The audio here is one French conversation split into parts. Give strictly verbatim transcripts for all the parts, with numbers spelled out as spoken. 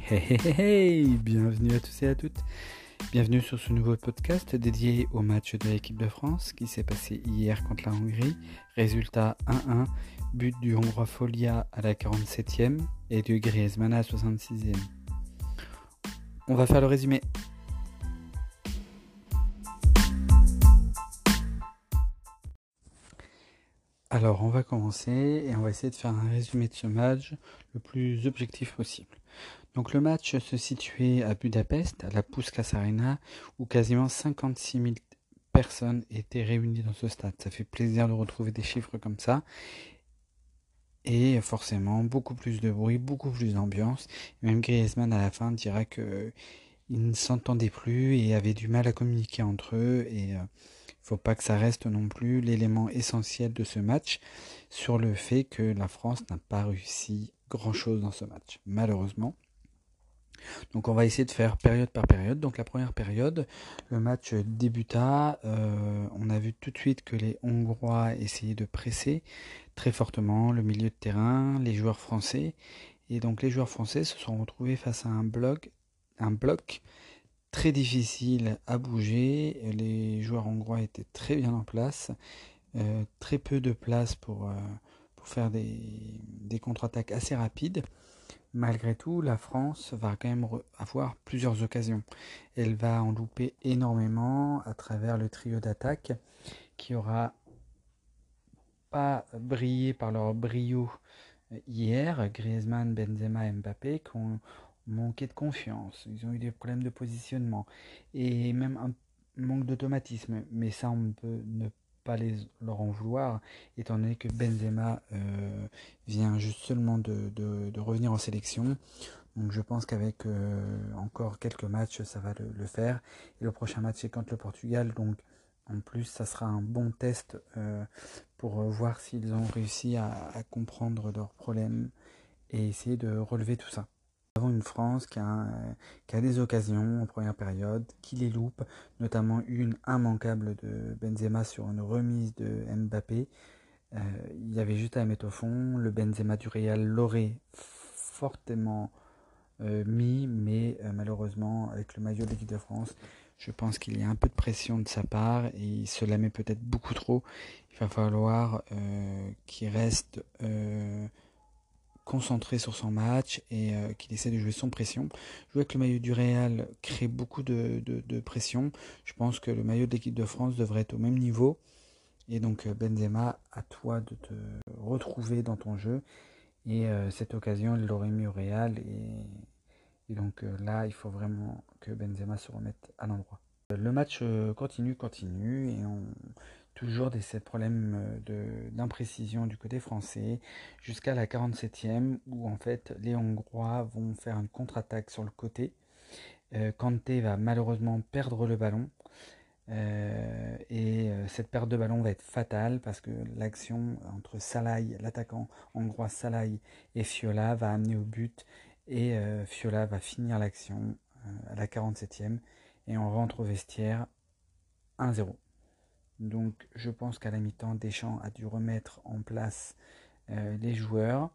Hey, hey, hey, hey, bienvenue à tous et à toutes. Bienvenue sur ce nouveau podcast dédié au match de l'équipe de France qui s'est passé hier contre la Hongrie. Résultat un un, but du Hongrois Folia à la quarante-septième et de Griezmann à la soixante-sixième. On va faire le résumé. Alors on va commencer et on va essayer de faire un résumé de ce match le plus objectif possible. Donc le match se situait à Budapest, à la Puskás Arena, où quasiment cinquante-six mille personnes étaient réunies dans ce stade. Ça fait plaisir de retrouver des chiffres comme ça. Et forcément, beaucoup plus de bruit, beaucoup plus d'ambiance. Même Griezmann à la fin dira qu'ils ne s'entendaient plus et avaient du mal à communiquer entre eux. Et il euh, ne faut pas que ça reste non plus l'élément essentiel de ce match sur le fait que la France n'a pas réussi grand-chose dans ce match, malheureusement. Donc on va essayer de faire période par période. Donc la première période, le match débuta. Euh, on a vu tout de suite que les Hongrois essayaient de presser très fortement le milieu de terrain, les joueurs français. Et donc les joueurs français se sont retrouvés face à un bloc, un bloc très difficile à bouger. Les joueurs hongrois étaient très bien en place. Euh, très peu de place pour, euh, pour faire des, des contre-attaques assez rapides. Malgré tout, la France va quand même avoir plusieurs occasions. Elle va en louper énormément à travers le trio d'attaque qui aura pas brillé par leur brio hier. Griezmann, Benzema et Mbappé qui ont manqué de confiance. Ils ont eu des problèmes de positionnement et même un manque d'automatisme. Mais ça, on peut ne pas les, leur en vouloir, étant donné que Benzema euh, vient juste seulement de, de, de revenir en sélection. Donc je pense qu'avec euh, encore quelques matchs, ça va le, le faire. Et le prochain match c'est contre le Portugal. Donc en plus, ça sera un bon test euh, pour voir s'ils ont réussi à, à comprendre leurs problèmes et essayer de relever tout ça. Nous avons une France qui a, qui a des occasions en première période, qui les loupe, notamment une immanquable de Benzema sur une remise de Mbappé. Euh, il y avait juste à la mettre au fond. Le Benzema du Real l'aurait fortement euh, mis, mais euh, malheureusement, avec le maillot de l'équipe de France, je pense qu'il y a un peu de pression de sa part et il se la met peut-être beaucoup trop. Il va falloir euh, qu'il reste euh, concentré sur son match et euh, qu'il essaie de jouer sans pression. Jouer avec le maillot du Real crée beaucoup de, de, de pression. Je pense que le maillot de l'équipe de France devrait être au même niveau. Et donc Benzema, à toi de te retrouver dans ton jeu. Et euh, cette occasion, il l'aurait mis au Real. Et, et donc euh, là, il faut vraiment que Benzema se remette à l'endroit. Le match euh, continue, continue. Et on toujours des ces problèmes de, d'imprécision du côté français. Jusqu'à la quarante-septième, où en fait, les Hongrois vont faire une contre-attaque sur le côté. Euh, Kanté va malheureusement perdre le ballon. Euh, et euh, cette perte de ballon va être fatale parce que l'action entre Salai, l'attaquant hongrois Salai, et Fiola va amener au but et euh, Fiola va finir l'action euh, à la quarante-septième et on rentre au vestiaire un zéro. Donc je pense qu'à la mi-temps, Deschamps a dû remettre en place euh, les joueurs.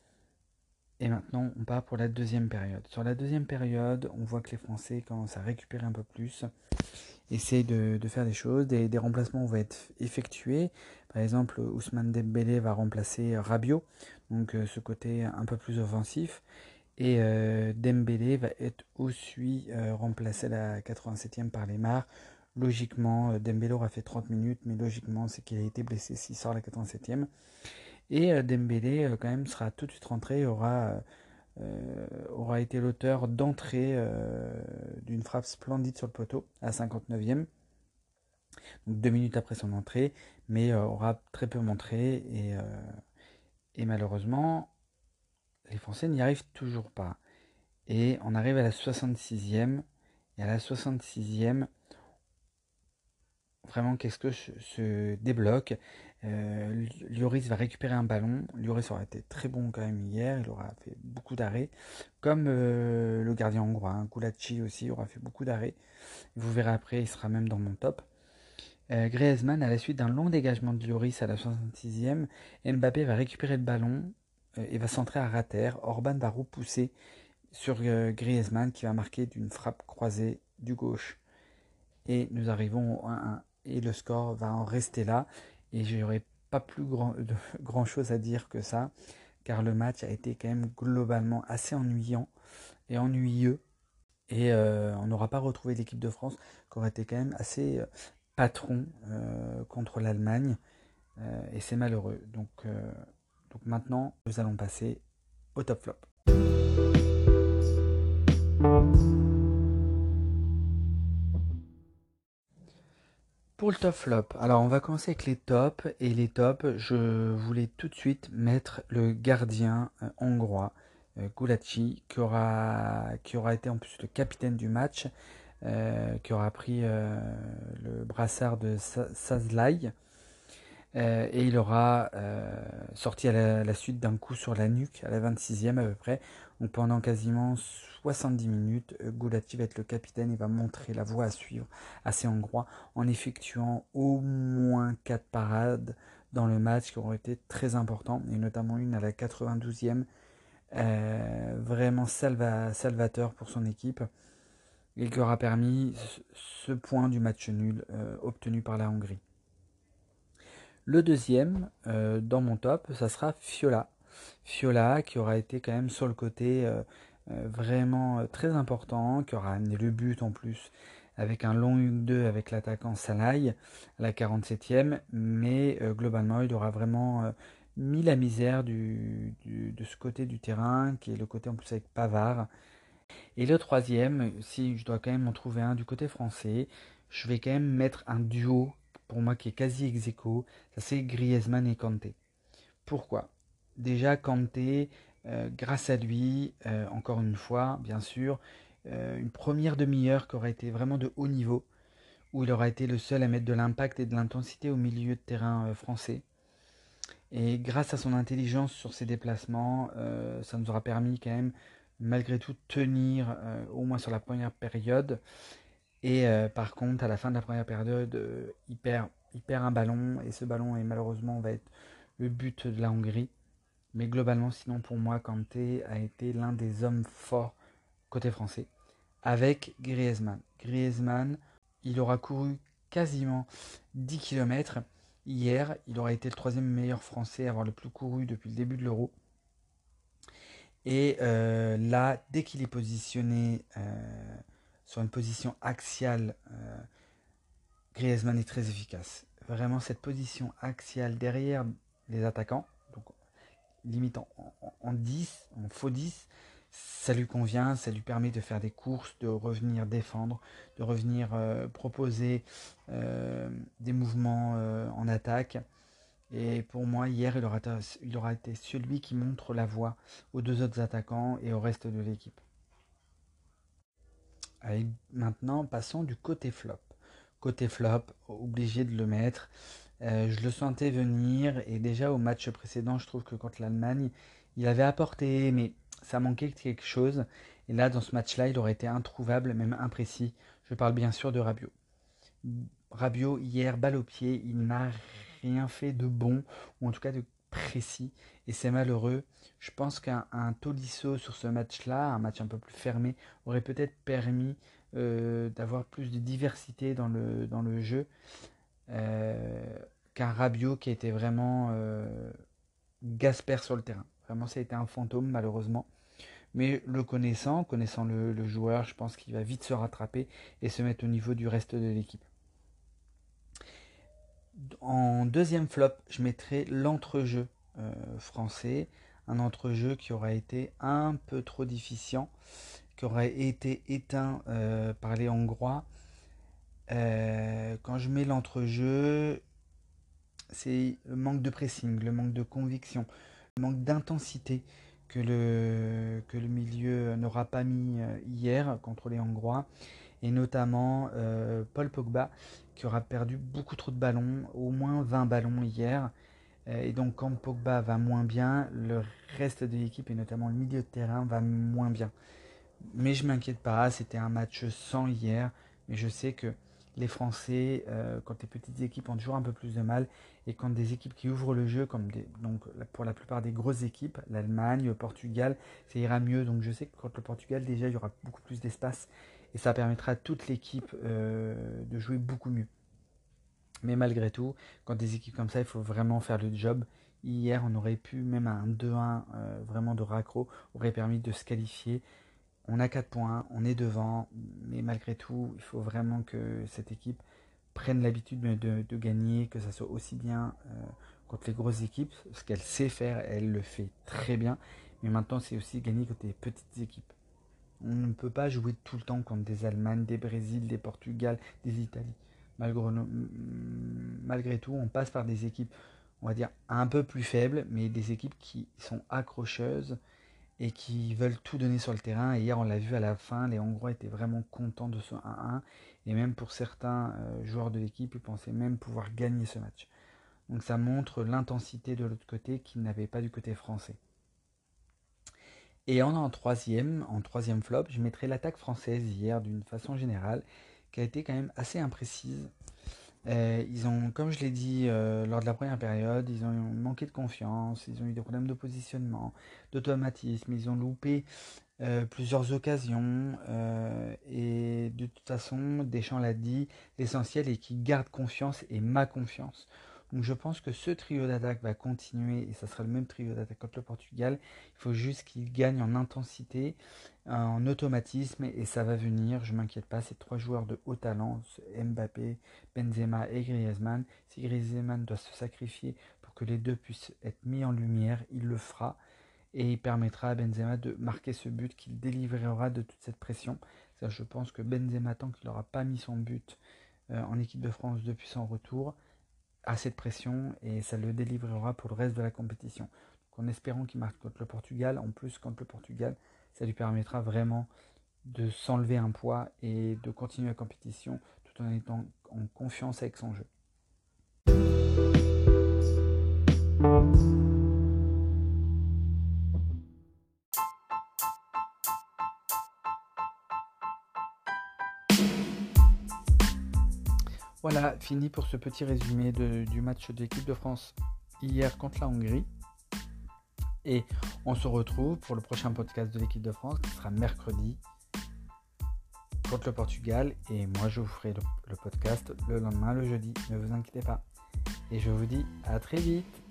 Et maintenant, on part pour la deuxième période. Sur la deuxième période, on voit que les Français commencent à récupérer un peu plus, essayent de, de faire des choses. Des, des remplacements vont être effectués. Par exemple, Ousmane Dembélé va remplacer Rabiot, donc euh, ce côté un peu plus offensif. Et euh, Dembélé va être aussi euh, remplacé à la quatre-vingt-septième par Lemar. Logiquement, euh, Dembélé aura fait trente minutes, mais logiquement, c'est qu'il a été blessé s'il sort à la quatre-vingt-septième. Et euh, Dembélé, euh, quand même, sera tout de suite rentré, aura, euh, aura été l'auteur d'entrée euh, d'une frappe splendide sur le poteau à la cinquante-neuvième. Donc deux minutes après son entrée, mais euh, aura très peu montré. Et, euh, et malheureusement, les Français n'y arrivent toujours pas. Et on arrive à la soixante-sixième. Et à la soixante-sixième, vraiment quelque chose se débloque. Euh, Lloris va récupérer un ballon. Lloris aura été très bon quand même hier. Il aura fait beaucoup d'arrêts. Comme euh, le gardien hongrois. Hein. Gulacsi aussi aura fait beaucoup d'arrêts. Vous verrez après, il sera même dans mon top. Euh, Griezmann, à la suite d'un long dégagement de Lloris à la soixante-sixième, Mbappé va récupérer le ballon euh, et va centrer à Rater. Orban va repousser sur euh, Griezmann qui va marquer d'une frappe croisée du gauche. Et nous arrivons au un un. Et le score va en rester là. Et je n'aurai pas plus grand, de, grand chose à dire que ça, car le match a été quand même globalement assez ennuyant et ennuyeux. Et euh, on n'aura pas retrouvé l'équipe de France qui aurait été quand même assez euh, patron euh, contre l'Allemagne. Euh, et c'est malheureux. Donc, euh, donc maintenant, nous allons passer au top flop. Pour le top flop, alors on va commencer avec les tops. Et les tops, je voulais tout de suite mettre le gardien euh, hongrois, euh, Gulácsi, qui aura, qui aura été en plus le capitaine du match, euh, qui aura pris euh, le brassard de Szoboszlai. Euh, et il aura euh, sorti à la, la suite d'un coup sur la nuque, à la vingt-sixième à peu près. Donc pendant quasiment soixante-dix minutes, euh, Gulácsi va être le capitaine et va montrer la voie à suivre à ses Hongrois en effectuant au moins quatre parades dans le match qui auront été très importants, et notamment une à la quatre-vingt-douzième, euh, vraiment salva, salvateur pour son équipe, et qui aura permis ce point du match nul euh, obtenu par la Hongrie. Le deuxième, euh, dans mon top, ça sera Fiola. Fiola qui aura été quand même sur le côté euh, euh, vraiment euh, très important, qui aura amené le but en plus avec un long un deux avec l'attaquant Salaï à la quarante-septième, mais euh, globalement il aura vraiment euh, mis la misère du, du, de ce côté du terrain, qui est le côté en plus avec Pavard. Et le troisième, si je dois quand même en trouver un du côté français, je vais quand même mettre un duo pour moi qui est quasi ex aequo, ça c'est Griezmann et Kanté. Pourquoi? Déjà Kanté, euh, grâce à lui, euh, encore une fois, bien sûr, euh, une première demi-heure qui aurait été vraiment de haut niveau, où il aura été le seul à mettre de l'impact et de l'intensité au milieu de terrain euh, français. Et grâce à son intelligence sur ses déplacements, euh, ça nous aura permis quand même, malgré tout, de tenir euh, au moins sur la première période. Et euh, par contre, à la fin de la première période, euh, il, perd, il perd un ballon. Et ce ballon, est, malheureusement, va être le but de la Hongrie. Mais globalement, sinon, pour moi, Kanté a été l'un des hommes forts côté français. Avec Griezmann. Griezmann, il aura couru quasiment dix kilomètres. Hier, il aura été le troisième meilleur français à avoir le plus couru depuis le début de l'Euro. Et euh, là, dès qu'il est positionné euh, sur une position axiale, euh, Griezmann est très efficace. Vraiment, cette position axiale derrière les attaquants, donc limite en, en, en dix, en faux dix, ça lui convient, ça lui permet de faire des courses, de revenir défendre, de revenir euh, proposer euh, des mouvements euh, en attaque. Et pour moi, hier, il aura, il aura été celui qui montre la voie aux deux autres attaquants et au reste de l'équipe. Allez, maintenant, passons du côté flop. Côté flop, obligé de le mettre. Euh, je le sentais venir et déjà au match précédent, je trouve que contre l'Allemagne, il avait apporté, mais ça manquait de quelque chose. Et là, dans ce match-là, il aurait été introuvable, même imprécis. Je parle bien sûr de Rabiot. Rabiot, hier, balle au pied, il n'a rien fait de bon, ou en tout cas de précis, et c'est malheureux. Je pense qu'un un Tolisso sur ce match-là, un match un peu plus fermé, aurait peut-être permis euh, d'avoir plus de diversité dans le, dans le jeu, euh, qu'un Rabiot qui était vraiment euh, Gasper sur le terrain. Vraiment, ça a été un fantôme, malheureusement. Mais le connaissant, connaissant le, le joueur, je pense qu'il va vite se rattraper et se mettre au niveau du reste de l'équipe. En deuxième flop, je mettrai l'entrejeu euh, français. Un entrejeu qui aurait été un peu trop déficient, qui aurait été éteint euh, par les Hongrois. Euh, quand je mets l'entrejeu, c'est le manque de pressing, le manque de conviction, le manque d'intensité que le, que le milieu n'aura pas mis euh, hier contre les Hongrois. Et notamment euh, Paul Pogba qui aura perdu beaucoup trop de ballons, au moins vingt ballons hier. Euh, et donc quand Pogba va moins bien, le reste de l'équipe et notamment le milieu de terrain va moins bien. Mais je m'inquiète pas, c'était un match sans hier, mais je sais que les Français, euh, quand les petites équipes ont toujours un peu plus de mal, et quand des équipes qui ouvrent le jeu, comme des, donc pour la plupart des grosses équipes, l'Allemagne, le Portugal, ça ira mieux. Donc je sais que contre le Portugal, déjà, il y aura beaucoup plus d'espace, et ça permettra à toute l'équipe euh, de jouer beaucoup mieux. Mais malgré tout, quand des équipes comme ça, il faut vraiment faire le job. Hier, on aurait pu, même à un deux un euh, vraiment de raccro, aurait permis de se qualifier. On a quatre points, on est devant, mais malgré tout, il faut vraiment que cette équipe prenne l'habitude de, de, de gagner, que ça soit aussi bien euh, contre les grosses équipes, ce qu'elle sait faire, elle le fait très bien, mais maintenant c'est aussi gagner contre les petites équipes. On ne peut pas jouer tout le temps contre des Allemagnes, des Brésil, des Portugal, des Italies. Malgré, malgré tout, on passe par des équipes, on va dire, un peu plus faibles, mais des équipes qui sont accrocheuses et qui veulent tout donner sur le terrain. Et hier, on l'a vu à la fin, les Hongrois étaient vraiment contents de ce un un. Et même pour certains euh, joueurs de l'équipe, ils pensaient même pouvoir gagner ce match. Donc ça montre l'intensité de l'autre côté qu'ils n'avaient pas du côté français. Et en, en troisième, en troisième flop, je mettrai l'attaque française hier d'une façon générale, qui a été quand même assez imprécise. Euh, ils ont, comme je l'ai dit euh, lors de la première période, ils ont manqué de confiance, ils ont eu des problèmes de positionnement, d'automatisme, ils ont loupé euh, plusieurs occasions euh, et de toute façon, Deschamps l'a dit, l'essentiel est qu'ils gardent confiance et ma confiance. Donc je pense que ce trio d'attaque va continuer et ça sera le même trio d'attaque contre le Portugal. Il faut juste qu'ils gagnent en intensité, en automatisme et ça va venir, je m'inquiète pas, ces trois joueurs de haut talent, Mbappé, Benzema et Griezmann. Si Griezmann doit se sacrifier pour que les deux puissent être mis en lumière, il le fera et il permettra à Benzema de marquer ce but qu'il délivrera de toute cette pression. Ça, je pense que Benzema, tant qu'il n'aura pas mis son but euh, en équipe de France depuis son retour, a cette pression et ça le délivrera pour le reste de la compétition. Donc en espérant qu'il marque contre le Portugal, en plus contre le Portugal, ça lui permettra vraiment de s'enlever un poids et de continuer la compétition tout en étant en confiance avec son jeu. Voilà, fini pour ce petit résumé de, du match de l'équipe de France hier contre la Hongrie. Et on se retrouve pour le prochain podcast de l'équipe de France qui sera mercredi contre le Portugal. Et moi, je vous ferai le, le podcast le lendemain, le jeudi. Ne vous inquiétez pas. Et je vous dis à très vite.